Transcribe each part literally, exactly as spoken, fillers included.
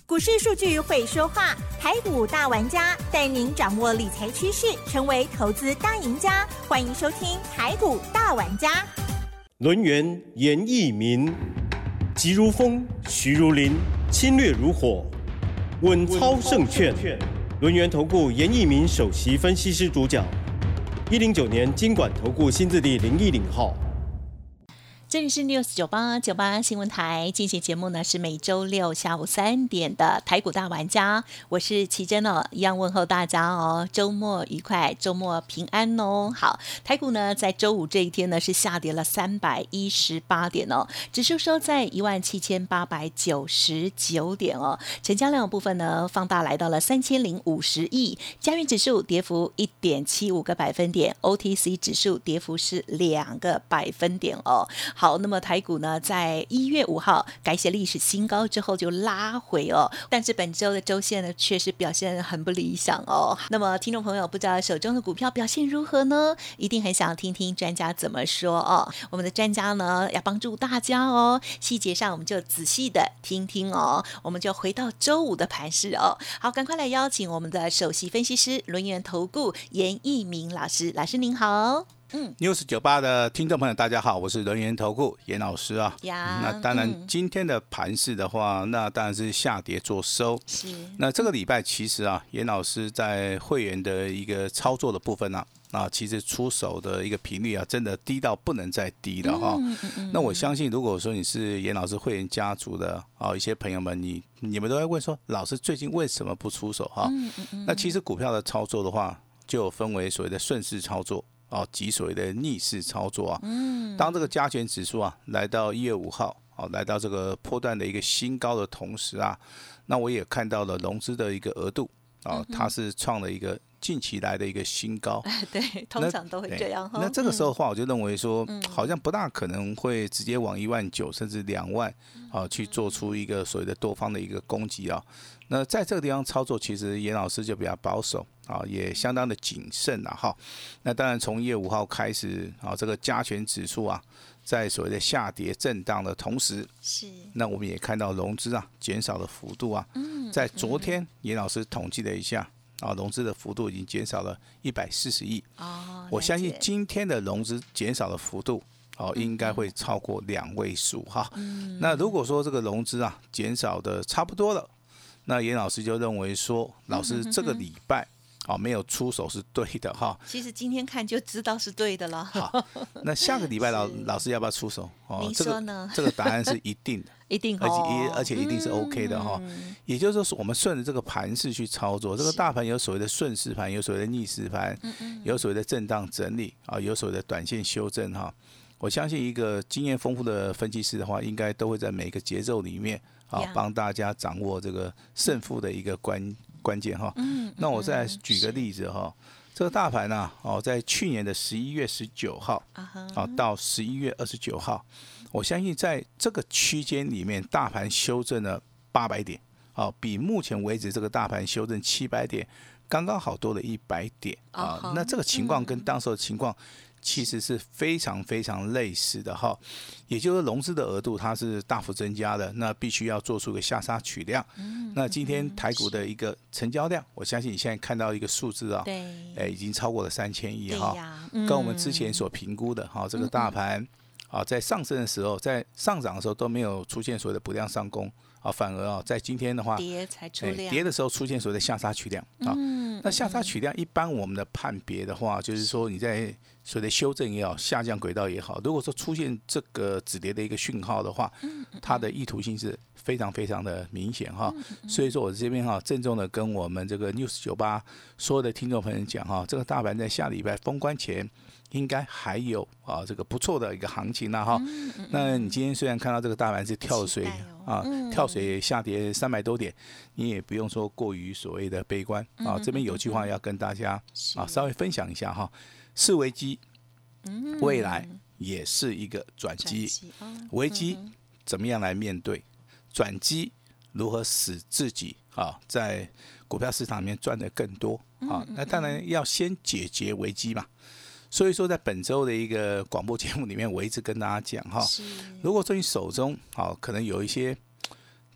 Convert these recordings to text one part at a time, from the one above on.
股市数据会说话，台股大玩家带您掌握理财趋势，成为投资大赢家。欢迎收听台股大玩家。 轮源严义民，急如风，徐如林，侵略如火，稳操胜券。轮源投顾严义民首席分析师主讲，一零九年金管投顾新字第零一零号。 这里是 News 九八九八新闻台，进行节目呢是每周六下午三点的台股大玩家，我是奇珍哦，一样问候大家哦，周末愉快，周末平安哦。好，台股呢在周五这一天呢是下跌了三百一十八点哦，指数收在一万七千八百九十九点哦，成交量的部分呢放大来到了三千零五十亿，加元指数跌幅一点七五个百分点 ，O T C 指数跌幅是两个百分点哦。好，那么台股呢，在一月五号改写历史新高之后就拉回哦，但是本周的周线呢，确实表现很不理想哦。那么听众朋友，不知道手中的股票表现如何呢？一定很想听听专家怎么说哦。我们的专家呢，要帮助大家哦，细节上我们就仔细的听听哦。我们就回到周五的盘势哦。好，赶快来邀请我们的首席分析师轮源投顾严义民老师，老师您好。 嗯 News 九八的听众朋友，大家好，我是轮源投顾严老师啊。 呀， 那当然， 嗯、 今天的盘势的话，那当然是下跌做收。 是。 那这个礼拜其实啊，严老师在会员的一个操作的部分啊，啊，其实出手的一个频率啊，真的低到不能再低了哈。嗯嗯嗯、那我相信，如果说你是严老师会员家族的啊，一些朋友们，你你们都会问说，老师最近为什么不出手哈？嗯嗯嗯、那其实股票的操作的话，就有分为所谓的顺势操作。哦，及所谓的逆势操作啊，嗯，当这个加权指数啊来到一月五号，哦，来到这个波段的一个新高的同时啊，那我也看到了融资的一个额度啊、哦，它是创了一个近期来的一个新高， 对，通常都会这样哈。 那这个时候的话，我就认为说，嗯、好像不大可能会直接往一万九甚至两万啊去做出一个所谓的多方的一个攻击啊。那在这个地方操作，其实严老师就比较保守啊，也相当的谨慎了哈。那当然从一月五号开始啊，这个加权指数啊，在所谓的下跌震荡的同时， 是， 那我们也看到融资啊减少的幅度啊，在昨天严老师统计了一下啊，融资的幅度已经减少了一百四十亿。哦，我相信今天的融资减少的幅度。哦，应该会超过两位数哈。嗯、那如果说这个融资啊减少的差不多了，那严老师就认为说，老师这个礼拜啊、哦、没有出手是对的哈。 其实今天看就知道是对的了。 好，那下个礼拜老老师要不要出手？ 哦，您说呢？ 这个、这个答案是一定的， 一定， 而且而且一定是 OK 的哈。嗯、也就是说，我们顺着这个盘势去操作，这个大盘有所谓的顺势盘，有所谓的逆势盘，有所谓的震荡整理啊，有所谓的短线修正哈。我相信一个经验丰富的分析师的话，应该都会在每一个节奏里面啊，帮大家掌握这个胜负的一个关关键哈。那我再举个例子哈，这个大盘啊，哦，在去年的十一月十九号啊到十一月二十九号，我相信在这个区间里面，大盘修正了八百点，啊，比目前为止这个大盘修正七百点，刚刚好多了一百点啊。那这个情况跟当时的情况。其实是非常非常类似的哈，也就是融资的额度它是大幅增加的，那必须要做出个下杀取量。嗯、那今天台股的一个成交量，我相信你现在看到一个数字啊， 对， 哎，已经超过了三千亿哈，嗯、跟我们之前所评估的哈，这个大盘啊在上升的时候，在上涨的时候都没有出现所谓的不量上攻。啊，反而啊，在今天的话， 跌才出量， 跌的时候出现所谓的下杀取量啊。嗯、那下杀取量一般我们的判别的话，就是说你在所谓的修正也好，下降轨道也好，如果说出现这个止跌的一个讯号的话，它的意图性是非常非常的明显哈。所以说我这边哈，郑重的跟我们这个 News 九八所有的听众朋友讲哈，这个大盘在下礼拜封关前。应该还有啊这个不错的一个行情啦哈。嗯嗯、那你今天虽然看到这个大盘是跳水、哦、啊，嗯、跳水下跌三百多点，你也不用说过于所谓的悲观啊。这边有句话要跟大家啊稍微分享一下哈，是危机，未来也是一个转机。危机怎么样来面对？转机如何使自己啊在股票市场里面赚得更多啊？那当然要先解决危机嘛。所以说，在本周的一个广播节目里面，我一直跟大家讲哈，如果说你手中好可能有一些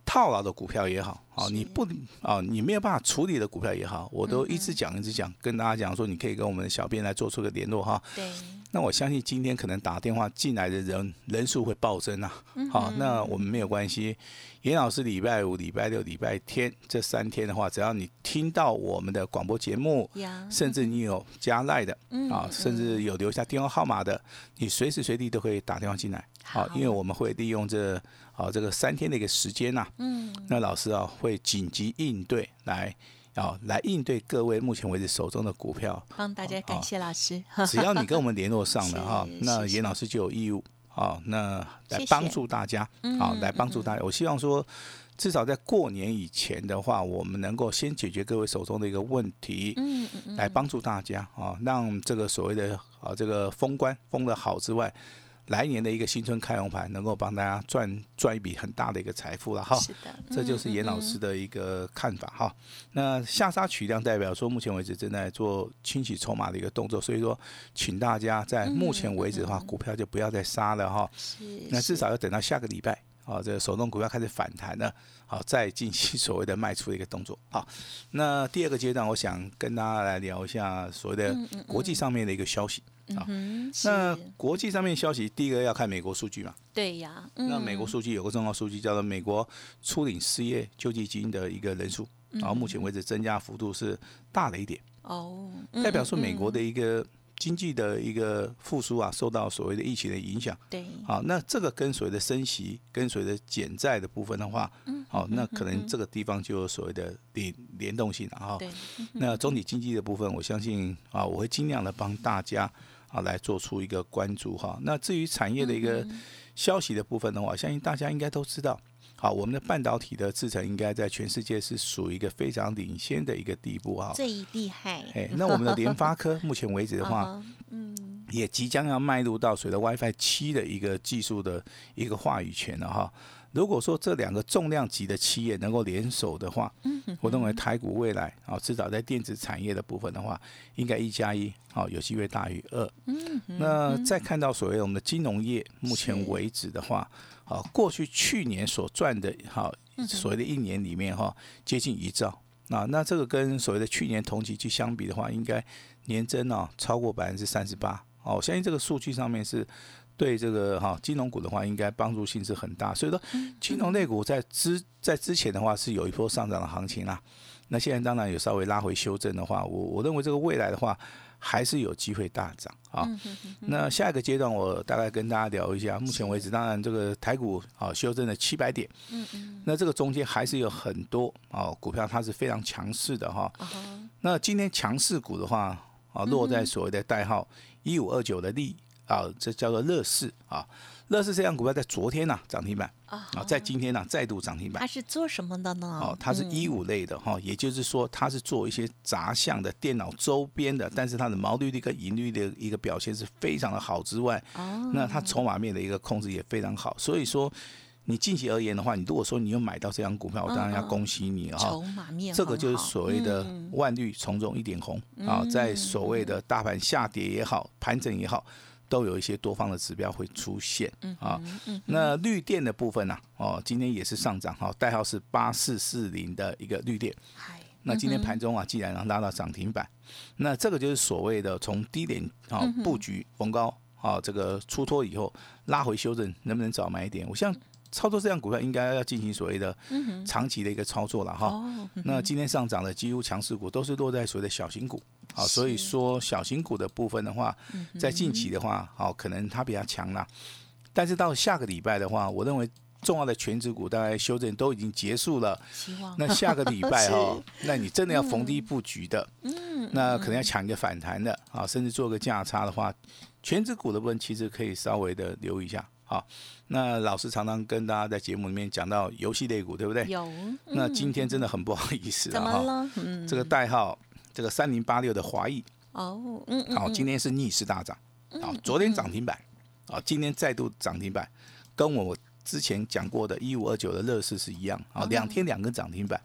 套牢的股票也好，啊，你不啊，你没有办法处理的股票也好，我都一直讲一直讲，跟大家讲说，你可以跟我们的小编来做出个联络哈。 对。 那我相信今天可能打电话进来的人人数会暴增啊。好，那我们没有关系。严老师礼拜五、礼拜六、礼拜天这三天的话，只要你听到我们的广播节目，甚至你有加赖的啊，甚至有留下电话号码的，你随时随地都可以打电话进来。好，因为我们会利用这啊这个三天的一个时间呐、啊，嗯，那老师啊会紧急应对来。啊，来应对各位目前为止手中的股票， 帮大家感谢老师。 只要你跟我们联络上了哈，那严老师就有义务啊，那来帮助大家，好，来帮助大家。我希望说，至少在过年以前的话，我们能够先解决各位手中的一个问题，嗯嗯，来帮助大家啊，让这个所谓的啊这个封关封得好之外。来年的一个新春开红盘，能够帮大家赚赚一笔很大的一个财富了哈。 是的， 这就是严老师的一个看法哈。嗯嗯嗯那下杀取量代表说，目前为止正在做清洗筹码的一个动作，所以说，请大家在目前为止的话，股票就不要再杀了哈。那至少要等到下个礼拜啊，这个手动股票开始反弹了，好，再进行所谓的卖出的一个动作。好，那第二个阶段，我想跟大家来聊一下所谓的国际上面的一个消息。啊、 嗯， 那国际上面消息，第一个要看美国数据嘛。 对呀、嗯， 那美国数据有个重要数据叫做美国初领失业救济金的一个人数，然后目前为止增加幅度是大了一点。哦，代表说美国的一个经济的一个复苏啊，受到所谓的疫情的影响。 对， 好，那这个跟所谓的升息、跟所谓的减债的部分的话，好，那可能这个地方就有所谓的联联动性了哈。 对， 那总体经济的部分，我相信啊，我会尽量的帮大家。啊，来做出一个关注哈。那至于产业的一个消息的部分的话，相信大家应该都知道。好，我们的半导体的制程应该在全世界是属于一个非常领先的一个地步哈。 最厉害。 哎，那我们的联发科目前为止的话，嗯，也即将要迈入到所谓的 WiFi 七的一个技术的一个话语权了哈。如果说这两个重量级的企业能够联手的话，我认为台股未来啊，至少在电子产业的部分的话，应该一加一好有机会大于二。那再看到所谓我们的金融业，目前为止的话，好过去去年所赚的好所谓的一年里面哈，接近一兆。啊，那这个跟所谓的去年同期去相比的话，应该年增啊超过百分之三十八。哦，我相信这个数据上面是。对这个哈金融股的话，应该帮助性是很大，所以说金融类股在之在之前的话是有一波上涨的行情啦。那现在当然有稍微拉回修正的话，我我认为这个未来的话还是有机会大涨啊。那下一个阶段我大概跟大家聊一下，目前为止当然这个台股啊修正了七百点，那这个中间还是有很多啊股票它是非常强势的哈。那今天强势股的话啊落在所谓的代号一五二九的利。啊，这叫做乐视啊，乐视这样股票在昨天呐、啊、涨停板啊，在今天呐、啊、再度涨停板。 它是做什么的呢？ 哦，它是医务类的哈、嗯，也就是说它是做一些杂项的电脑周边的，但是它的毛利率跟盈利的一个表现是非常的好之外，哦、那它筹码面的一个控制也非常好，所以说。你近期而言的话，你如果说你有买到这张股票，我当然要恭喜你哈、 筹码面这个就是所谓的万绿丛中一点红、嗯、啊，在所谓的大盘下跌也好，盘整也好。都有一些多方的指标会出现啊。那绿电的部分呢、啊？哦，今天也是上涨哈，代号是八四四零的一个绿电。那今天盘中啊，既然拉到涨停板，那这个就是所谓的从低点啊布局逢高啊，这个出脱以后拉回修正，能不能早买一点？我想操作这样股票应该要进行所谓的长期的一个操作了哈。那今天上涨的几乎强势股都是落在所谓的小型股。好，所以说小型股的部分的话，在近期的话，好可能它比较强啦。但是到下个礼拜的话，我认为重要的权值股大概修正都已经结束了。那下个礼拜哈，那你真的要逢低布局的，那可能要抢一个反弹的啊，甚至做个价差的话，权值股的部分其实可以稍微的留意一下。好，那老师常常跟大家在节目里面讲到游戏类股，对不对？ 有。 那今天真的很不好意思了哈， 这个代号。这个三零八六的华裔哦，嗯嗯， 好，今天是逆势大涨，好，昨天涨停板，啊，今天再度涨停板，跟我之前讲过的一五二九的乐视是一样，啊，两天两根涨停板，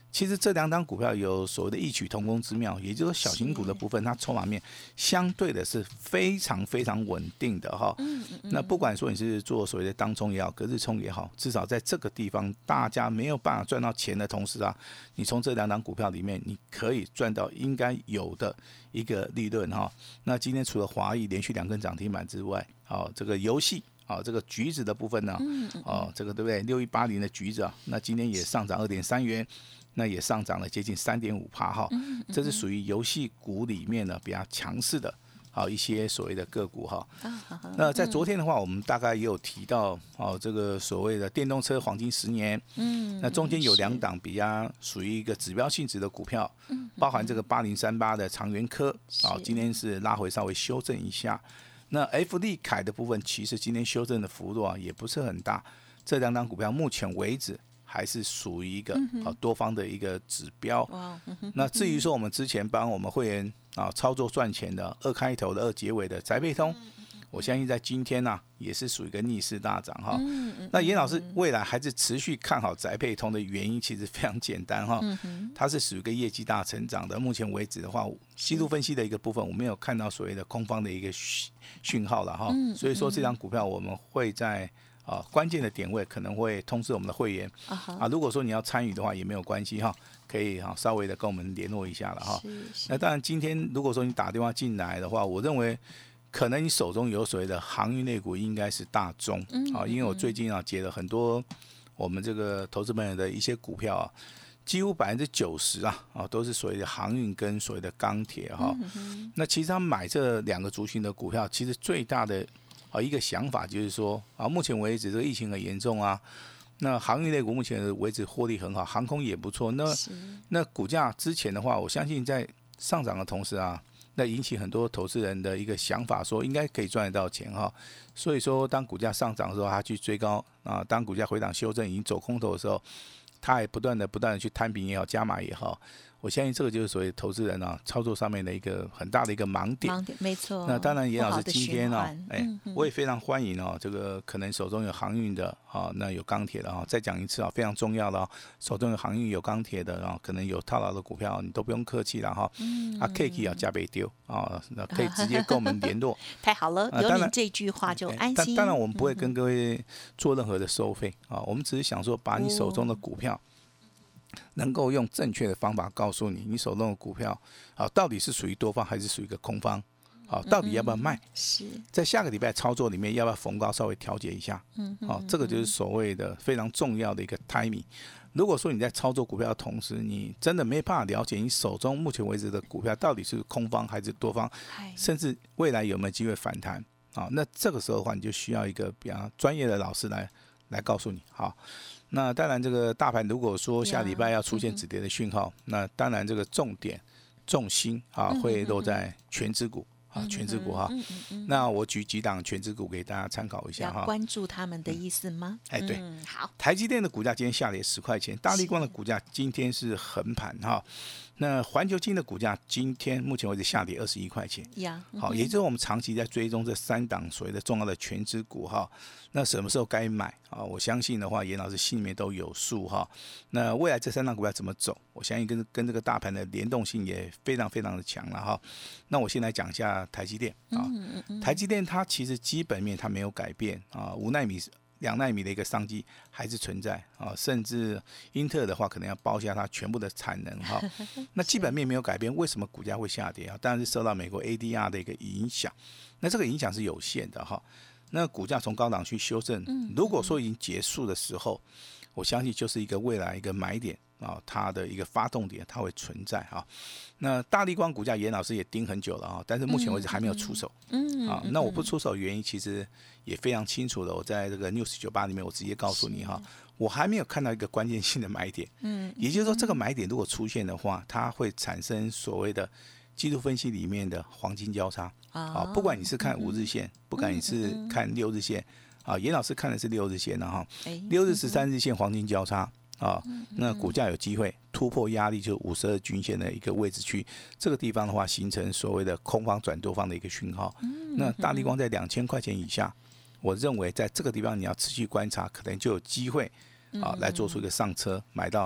其实这两档股票有所谓的异曲同工之妙，也就是说小型股的部分，它筹码面相对的是非常非常稳定的哈。那不管说你是做所谓的当冲也好，隔日冲也好，至少在这个地方大家没有办法赚到钱的同时啊，你从这两档股票里面，你可以赚到应该有的一个利润哈。那今天除了华裔连续两根涨停板之外，好，这个游戏。好，这个橘子的部分呢，哦，这个对不对？六一八零的橘子啊，那今天也上涨二点三元，那也上涨了接近三点五趴哈。这是属于游戏股里面呢比较强势的，好一些所谓的个股哈。那在昨天的话，我们大概也有提到，哦，这个所谓的电动车黄金十年，嗯，那中间有两档比较属于一个指标性质的股票，包含这个八零三八的长源科，啊，今天是拉回稍微修正一下。那 F 利凯的部分，其实今天修正的幅度啊也不是很大，这两档股票目前为止还是属于一个啊多方的一个指标。那至于说我们之前帮我们会员啊操作赚钱的二开头的二结尾的宅配通，我相信在今天呢、啊、也是属于一个逆势大涨哈。那严老师未来还是持续看好宅配通的原因，其实非常简单哈，它是属于一个业绩大成长的。目前为止的话，技术分析的一个部分，我没有看到所谓的空方的一个讯号了哈。所以说这张股票我们会在啊关键的点位可能会通知我们的会员啊，如果说你要参与的话也没有关系哈，可以哈稍微的跟我们联络一下了哈。那当然今天如果说你打电话进来的话，我认为。可能你手中有所谓的航运类股，应该是大宗啊，因为我最近啊接了很多我们这个投资朋友的一些股票啊，几乎百分之九十啊啊都是所谓的航运跟所谓的钢铁哈。那其实他们买这两个族群的股票，其实最大的啊一个想法就是说啊，目前为止这个疫情很严重啊，那航运类股目前为止获利很好，航空也不错。那那股价之前的话，我相信在上涨的同时啊。那引起很多投资人的一个想法，说应该可以赚得到钱哈，所以说当股价上涨的时候，他去追高啊；当股价回档修正已经走空头的时候，他也不断的不断的去摊平也好，加码也好。我相信这个就是所谓投资人啊操作上面的一个很大的一个盲点。 盲点没错。 那当然，严老师今天啊，哎，我也非常欢迎哦，这个可能手中有航运的啊，那有钢铁的啊，再讲一次啊，非常重要的啊，手中有航运有钢铁的啊，可能有套牢的股票，你都不用客气了哈。啊 ，K K 啊，加倍丢啊，那可以直接跟我们联络。 太好了，有你这句话就安心。 当然，我们不会跟各位做任何的收费啊，我们只是想说，把你手中的股票。能够用正确的方法告诉你，你手中的股票啊，到底是属于多方还是属于一个空方？啊，到底要不要卖？ 是在下个礼拜操作里面，要不要逢高稍微调节一下？嗯，好，这个就是所谓的非常重要的一个 timing。如果说你在操作股票的同时，你真的没办法了解你手中目前为止的股票到底是空方还是多方，甚至未来有没有机会反弹啊？那这个时候的话，你就需要一个比较专业的老师来来告诉你。好。那当然，这个大盘如果说下礼拜要出现止跌的讯号，那当然这个重点重心啊会落在全指股啊，全指股哈。那我举几档全指股给大家参考一下哈。 要关注他们的意思吗？ 哎，对， 好。 台积电的股价今天下跌十块钱，大立光的股价今天是横盘哈。那环球金的股价今天目前为止下跌二十一块钱，好，也就是我们长期在追踪这三档所谓的重要的全指股哈。那什么时候该买啊？我相信的话，严老师心里面都有数哈。那未来这三档股票怎么走？我相信跟跟这个大盘的联动性也非常非常的强了哈。那我先来讲一下台积电啊，台积电它其实基本面它没有改变啊，五奈米。两奈米的一个商机还是存在啊，甚至英特尔的话可能要包下它全部的产能哈。那基本面没有改变，为什么股价会下跌啊？当然是受到美国 A D R 的一个影响，那这个影响是有限的哈。那股价从高档区修正，如果说已经结束的时候，我相信就是一个未来一个买点啊，它的一个发动点它会存在哈。那大立光股价严老师也盯很久了啊，但是目前为止还没有出手。嗯啊，那我不出手的原因其实也非常清楚的，我在这个 News 九十八里面我直接告诉你哈，我还没有看到一个关键性的买点。嗯，也就是说这个买点如果出现的话，它会产生所谓的技术分析里面的黄金交叉啊，不管你是看五日线，不管你是看六日线啊，严老师看的是六日线的哈，六日十三日线黄金交叉。啊，那股价有机会突破压力，就五十二均线的一个位置区，这个地方的话，形成所谓的空方转多方的一个讯号。那大立光在两千块钱以下，我认为在这个地方你要持续观察，可能就有机会啊来做出一个上车，买到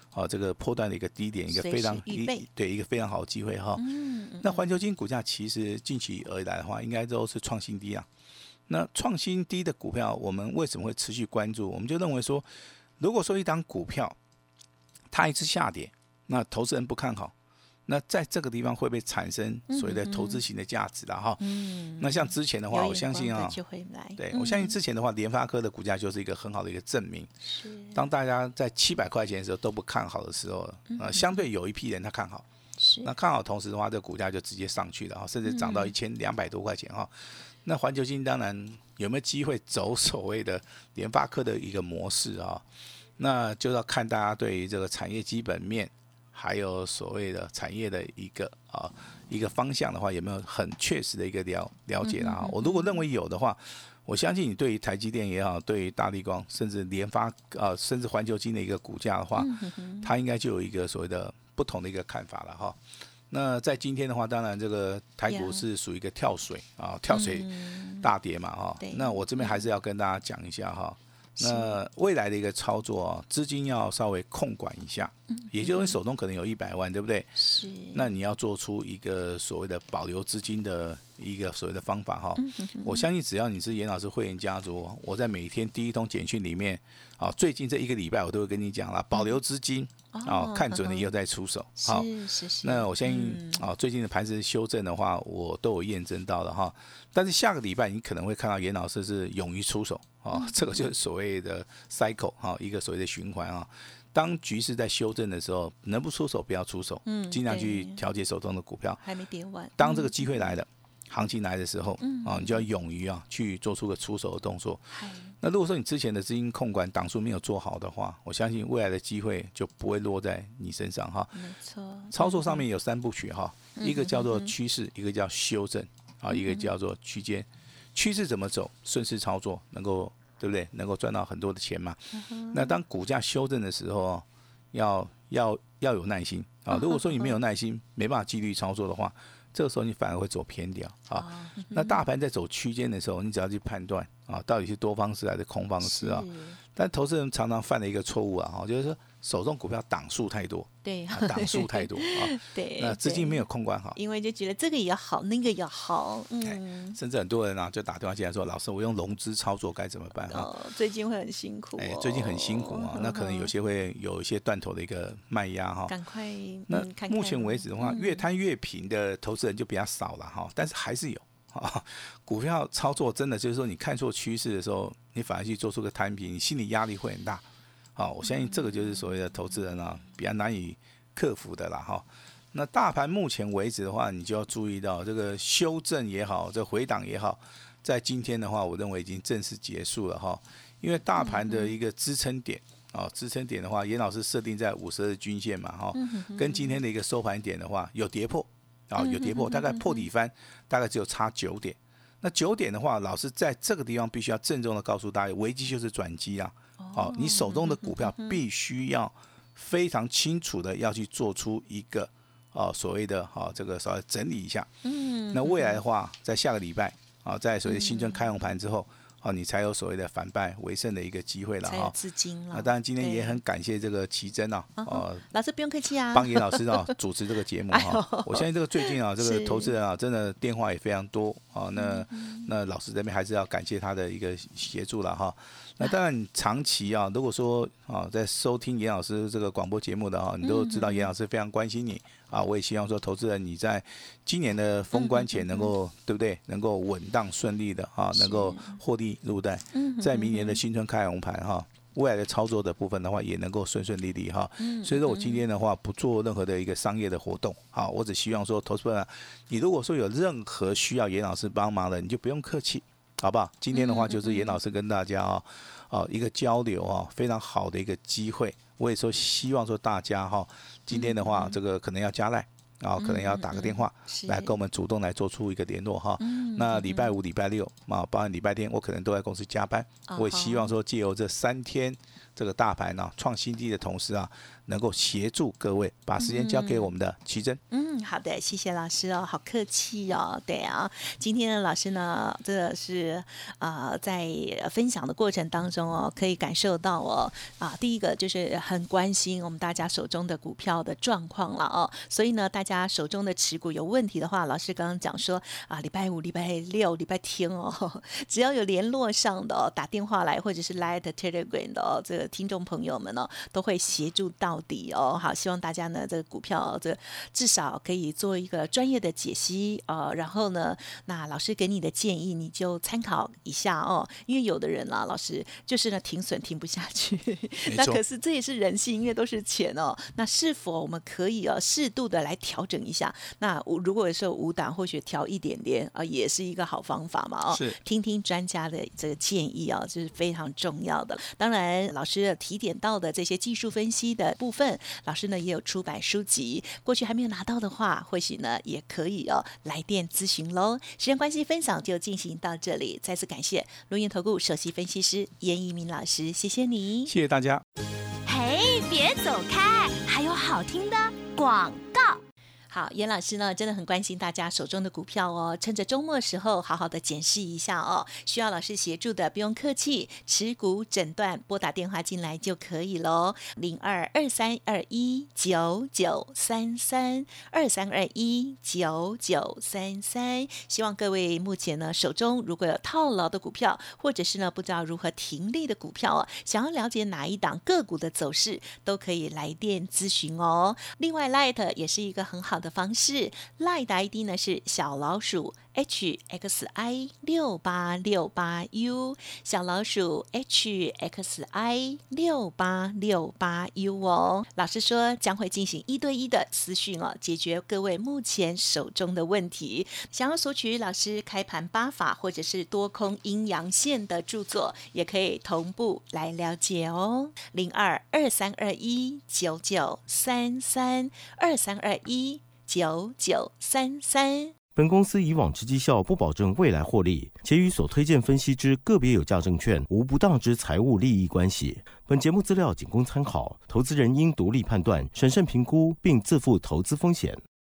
哦，这个波段的一个低点，一个非常一对一个非常好的机会哈。 嗯嗯、 那环球金股价其实近期而来的话，应该都是创新低啊。那创新低的股票，我们为什么会持续关注？我们就认为说，如果说一档股票它一直下跌，那投资人不看好。那在这个地方会不会产生所谓的投资型的价值啦？哈、嗯，那像之前的话，我相信啊，对，我相信之前的话，联发科的股价就是一个很好的一个证明。是，当大家在七百块钱的时候都不看好的时候，呃，相对有一批人他看好，是，那看好同时的话，这个股价就直接上去了，甚至涨到一千两百多块钱哈。那环球金当然有没有机会走所谓的联发科的一个模式啊？那就要看大家对于这个产业基本面。还有所谓的产业的一个啊一个方向的话，有没有很确实的一个了了解啦？我如果认为有的话，我相信你对于台积电也好，对于大立光，甚至联发啊，甚至环球金的一个股价的话，它应该就有一个所谓的不同的一个看法了哈。那在今天的话，当然这个台股是属于一个跳水啊，跳水大跌嘛哈。那我这边还是要跟大家讲一下哈。那未来的一个操作啊，资金要稍微控管一下，也就是你手中可能有一百万，对不对？是。那你要做出一个所谓的保留资金的一个所谓的方法哈。我相信只要你是严老师会员家族，我在每天第一通简讯里面啊，最近这一个礼拜我都会跟你讲了，保留资金啊，看准了以后再出手。好，是是是。那我相信啊，最近的盘势修正的话，我都有验证到了哈。但是下个礼拜你可能会看到严老师是勇于出手。哦，这个就是所谓的 cycle 哈，一个所谓的循环啊。当局势在修正的时候，能不出手不要出手，嗯，尽量去调节手中的股票。 还没跌完。 当这个机会来了，行情来的时候，嗯，啊，你就要勇于啊去做出个出手的动作。那如果说你之前的资金控管档数没有做好的话，我相信未来的机会就不会落在你身上哈。没错。操作上面有三部曲哈，一个叫做趋势，一个叫修正，啊，一个叫做区间。趋势怎么走，顺势操作，能够对不对？能够赚到很多的钱嘛。嗯、那当股价修正的时候，要要要有耐心啊。如果说你没有耐心，没办法纪律操作的话，这个时候你反而会走偏掉啊。嗯、那大盘在走区间的时候，你只要去判断啊，到底是多方式还是空方式啊。但投资人常常犯的一个错误啊，就是说手中股票档数太多， 对， 啊、档数太多啊，对，那资金没有控管好， 因为就觉得这个也好，那个也好， 嗯，甚至很多人啊就打电话进来说，老师，我用融资操作该怎么办啊？ 哦，最近会很辛苦、哦， 哎，最近很辛苦啊，那可能有些会有一些断头的一个卖压哈， 赶快， 那嗯、看看目前为止的话，越摊越平的投资人就比较少了哈，但是还是有。啊，股票操作真的就是说，你看错趋势的时候，你反而去做出个摊平，你心理压力会很大。好，我相信这个就是所谓的投资人啊，比较难以克服的啦哈。那大盘目前为止的话，你就要注意到这个修正也好，这回档也好，在今天的话，我认为已经正式结束了哈。因为大盘的一个支撑点啊，支撑点的话，严老师设定在五十日均线嘛哈，跟今天的一个收盘点的话，有跌破。啊，有跌破，大概破底翻，大概只有差九点。那九点的话，老师在这个地方必须要郑重的告诉大家，危机就是转机啊！好、哦，你手中的股票必须要非常清楚的要去做出一个哦所谓的哈、哦、这个稍微整理一下。嗯。那未来的话，在下个礼拜啊，在所谓的新春开红盘之后。哦，你才有所谓的反败为胜的一个机会了哈。 资金了。 啊，当然今天也很感谢这个奇珍啊， 哦，老师不用客气啊， 帮严老师啊主持这个节目哈。我相信这个最近啊，这个投资人啊，真的电话也非常多啊。那那老师这边还是要感谢他的一个协助了哈。那当然长期啊，如果说啊在收听严老师这个广播节目的啊，你都知道严老师非常关心你。啊，我也希望说，投资人你在今年的封关前能够，嗯、对不对？能够稳当顺利的啊，能够获利入袋，在明年的新春开红盘哈，未来的操作的部分的话，也能够顺顺利利哈。所以说我今天的话不做任何的一个商业的活动，好，我只希望说，投资人，你如果说有任何需要严老师帮忙的，你就不用客气，好不好？今天的话就是严老师跟大家啊，啊一个交流啊，非常好的一个机会。我也说希望说大家哈，今天的话，这个可能要加赖，然后可能要打个电话来跟我们主动来做出一个联络哈。那礼拜五、礼拜六啊，包含礼拜天，我可能都在公司加班。我也希望说借由这三天这个大盘呢创新低的同时啊， 能够协助各位。把时间交给我们的奇珍。 嗯，好的，谢谢老师哦，好客气哦。对啊，今天的老师呢，真的是呃，在分享的过程当中哦，可以感受到哦，啊，第一个就是很关心我们大家手中的股票的状况了哦，所以呢，大家手中的持股有问题的话，老师刚刚讲说啊，礼拜五、礼拜六、礼拜天哦，只要有联络上的、哦、打电话来，或者是 Line Telegram 的哦，这个听众朋友们哦，都会协助到底哦。好，希望大家呢，这个股票这至少可以做一个专业的解析呃，然后呢，那老师给你的建议你就参考一下哦，因为有的人啦，老师就是呢停损停不下去，那可是这也是人性，因为都是钱哦。那是否我们可以哦适度的来调整一下？那如果说五档或许调一点点啊、呃，也是一个好方法嘛哦。 是， 听听专家的这个建议啊、哦，这是非常重要的。当然，老师提点到的这些技术分析的部分，老师呢也有出版书籍，过去还没有拿到的话，或许呢也可以哦来电咨询喽。时间关系，分享就进行到这里，再次感谢轮源投顾首席分析师严一鸣老师，谢谢你， 谢谢大家。 嘿，别走开，还有好听的广告。 好，严老师呢真的很关心大家手中的股票哦，趁着周末的时候好好的检视一下哦。需要老师协助的不用客气，持股诊断拨打电话进来就可以咯，零二二三二一九九三三二三二一九九三三。希望各位目前呢手中如果有套牢的股票，或者是呢不知道如何停利的股票哦，想要了解哪一档个股的走势，都可以来电咨询哦。另外 Light 也是一个很好的方式， Line 的 I D 呢是小老鼠 H X I 六八六八 U， 小老鼠 H X I 六八六八 U 哦。老师说将会进行一对一的私讯哦，解决各位目前手中的问题。想要索取老师开盘八法或者是多空阴阳线的著作，也可以同步来了解哦。零二二三二一九九三三二三二一九九三三。 本公司以往之绩效不保证未来获利，且与所推荐分析之个别有价证券无不当之财务利益关系。本节目资料仅供参考，投资人应独立判断、审慎评估，并自负投资风险。